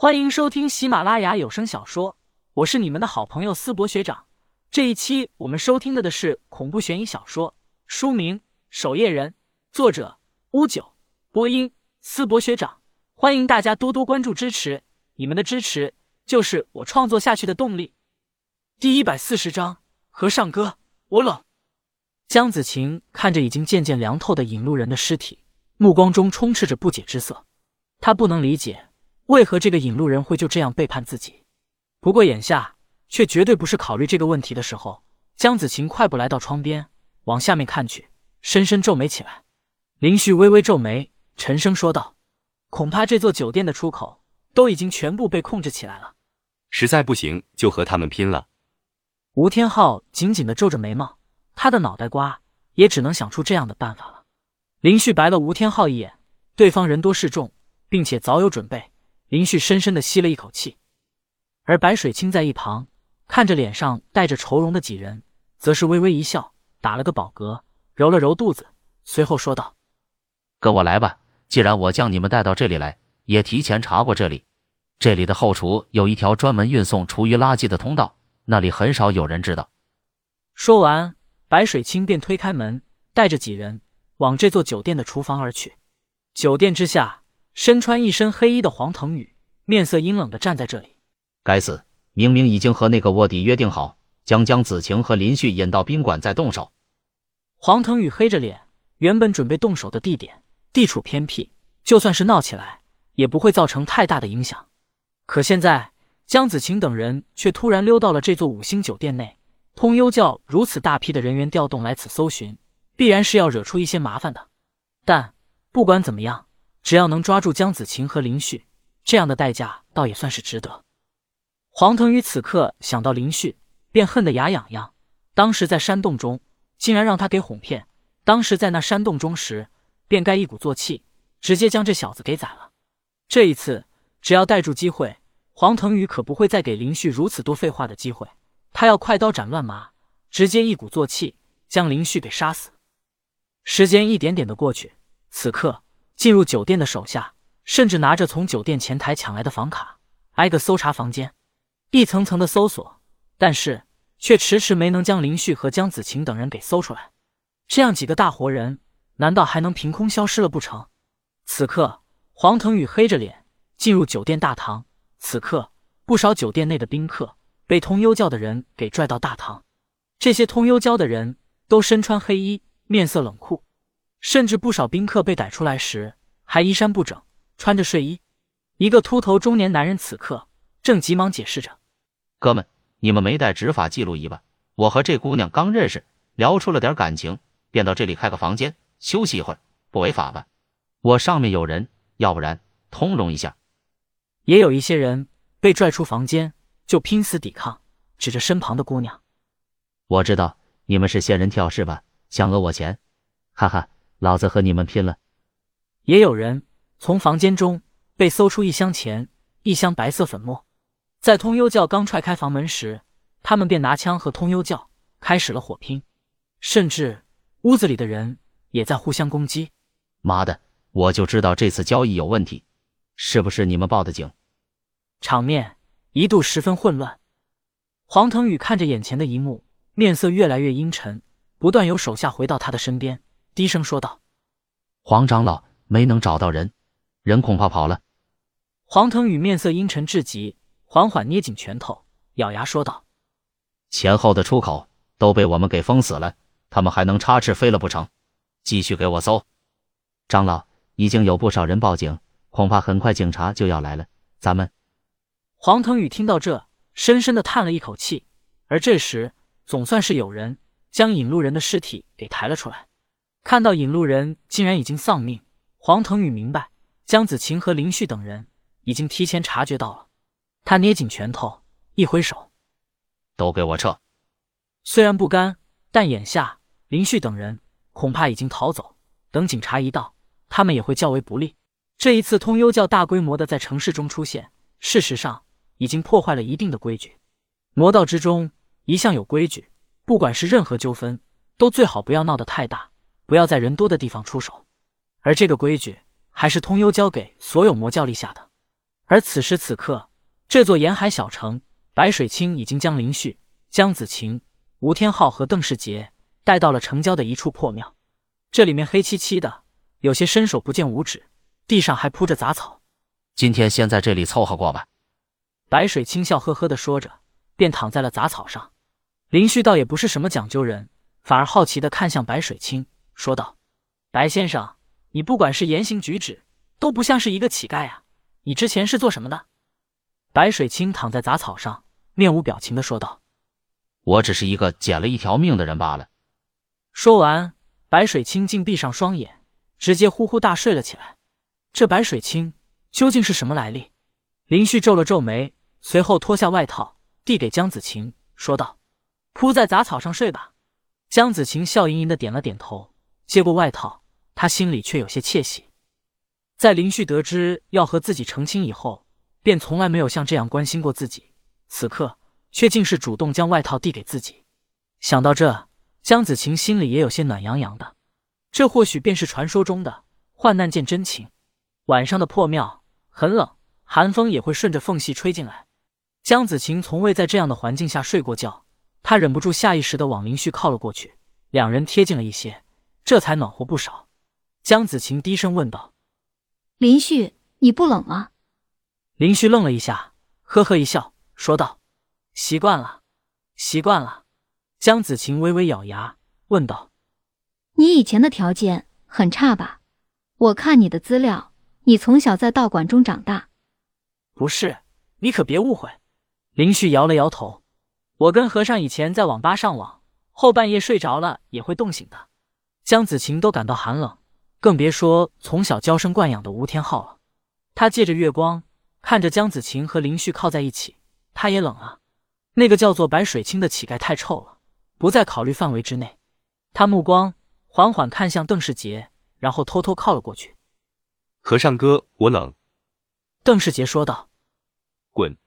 欢迎收听喜马拉雅有声小说，我是你们的好朋友思博学长。这一期我们收听的是恐怖悬疑小说，书名《守夜人》，作者乌九，播音思博学长。欢迎大家多多关注支持，你们的支持就是我创作下去的动力。第140章，和尚哥，我冷。江子晴看着已经渐渐凉透的引路人的尸体，目光中充斥着不解之色。他不能理解为何这个引路人会就这样背叛自己，不过眼下却绝对不是考虑这个问题的时候。江子晴快步来到窗边，往下面看去，深深皱眉起来。林旭微微皱眉，沉声说道：恐怕这座酒店的出口都已经全部被控制起来了， 实在不行就和他们拼了。 吴天昊紧紧地皱着眉毛，他的脑袋瓜也只能想出这样的办法了。林旭白了吴天昊一眼，对方人多势众，并且早有准备。林旭深深地吸了一口气，而白水清在一旁看着脸上带着愁容的几人，则是微微一笑，打了个饱嗝，揉了揉肚子，随后说道： 跟我来吧，既然我将你们带到这里来，也提前查过这里。这里的后厨有一条专门运送厨余垃圾的通道，那里很少有人知道。 说完，白水清便推开门，带着几人往这座酒店的厨房而去。酒店之下，身穿一身黑衣的黄腾宇面色阴冷地站在这里。 该死，明明已经和那个卧底约定好，将江子晴和林旭引到宾馆再动手。 黄腾宇黑着脸，原本准备动手的地点地处偏僻，就算是闹起来也不会造成太大的影响。可现在江子晴等人却突然溜到了这座5星酒店内，通幽教如此大批的人员调动来此搜寻，必然是要惹出一些麻烦的。但不管怎么样，只要能抓住江子晴和林旭，这样的代价倒也算是值得。黄腾宇此刻想到林旭，便恨得牙痒痒。当时在山洞中竟然让他给哄骗，当时在那山洞中时便该一鼓作气，直接将这小子给宰了。这一次只要逮住机会，黄腾宇可不会再给林旭如此多废话的机会，他要快刀斩乱麻，直接一鼓作气将林旭给杀死。时间一点点的过去，此刻进入酒店的手下甚至拿着从酒店前台抢来的房卡，挨个搜查房间，一层层的搜索，但是却迟迟没能将林旭和江子晴等人给搜出来。这样几个大活人，难道还能凭空消失了不成？此刻黄腾宇黑着脸进入酒店大堂，此刻不少酒店内的宾客被通幽教的人给拽到大堂。这些通幽教的人都身穿黑衣，面色冷酷，甚至不少宾客被逮出来时还衣衫不整，穿着睡衣。一个秃头中年男人此刻正急忙解释着： 哥们，你们没带执法记录仪吧？我和这姑娘刚认识，聊出了点感情，便到这里开个房间休息一会儿，不违法吧？我上面有人，要不然通融一下。 也有一些人被拽出房间就拼死抵抗，指着身旁的姑娘： 我知道你们是仙人跳是吧？想讹我钱，哈哈，老子和你们拼了。 也有人从房间中被搜出一箱钱，一箱白色粉末。在通幽教刚踹开房门时，他们便拿枪和通幽教开始了火拼，甚至屋子里的人也在互相攻击。 妈的，我就知道这次交易有问题，是不是你们报的警？ 场面一度十分混乱。黄腾宇看着眼前的一幕，面色越来越阴沉，不断有手下回到他的身边，低声说道： 黄长老，没能找到人，人恐怕跑了。 黄腾宇面色阴沉至极，缓缓捏紧拳头，咬牙说道： 前后的出口都被我们给封死了，他们还能插翅飞了不成？继续给我搜。长老，已经有不少人报警，恐怕很快警察就要来了，咱们…… 黄腾宇听到这，深深地叹了一口气。而这时总算是有人将引路人的尸体给抬了出来。看到引路人竟然已经丧命，黄腾宇明白江子晴和林旭等人已经提前察觉到了。他捏紧拳头，一挥手： 都给我撤。 虽然不甘，但眼下林旭等人恐怕已经逃走，等警察一到，他们也会较为不利。这一次通幽教大规模的在城市中出现，事实上已经破坏了一定的规矩。魔道之中一向有规矩，不管是任何纠纷，都最好不要闹得太大，不要在人多的地方出手。而这个规矩还是通幽教给所有魔教立下的。 而此时此刻，这座沿海小城，白水清已经将林旭、江子晴、吴天昊和邓世杰带到了城郊的一处破庙。这里面黑漆漆的，有些伸手不见五指，地上还铺着杂草。 今天先在这里凑合过吧。 白水清笑呵呵地说着，便躺在了杂草上。林旭倒也不是什么讲究人，反而好奇地看向白水清，说道：“白先生，你不管是言行举止，都不像是一个乞丐啊！你之前是做什么的？”白水清躺在杂草上，面无表情地说道：“ 我只是一个捡了一条命的人罢了。” 说完，白水清竟闭上双眼，直接呼呼大睡了起来。这白水清究竟是什么来历？林旭皱了皱眉，随后脱下外套递给江子晴，说道：“铺在杂草上睡吧。”江子晴笑盈盈地点了点头，接过外套，他心里却有些窃喜。在林旭得知要和自己成亲以后，便从来没有像这样关心过自己，此刻却竟是主动将外套递给自己。想到这，江子晴心里也有些暖洋洋的。这或许便是传说中的患难见真情。晚上的破庙很冷，寒风也会顺着缝隙吹进来。江子晴从未在这样的环境下睡过觉，她忍不住下意识地往林旭靠了过去，两人贴近了一些，这才暖和不少。江子晴低声问道：“ 林旭，你不冷啊？” 林旭愣了一下，呵呵一笑，说道：“习惯了，习惯了。”江子晴微微咬牙，问道：“ 你以前的条件很差吧？我看你的资料，你从小在道馆中长大。”“ 不是，你可别误会。”林旭摇了摇头，“我跟和尚以前在网吧上网，后半夜睡着了也会冻醒的。”江子晴都感到寒冷，更别说从小娇生惯养的吴天昊了。他借着月光看着江子晴和林旭靠在一起，他也冷啊。那个叫做白水清的乞丐太臭了，不在考虑范围之内。他目光缓缓看向邓世杰，然后偷偷靠了过去。 “和尚哥，我冷。” 邓世杰说道。 “滚。”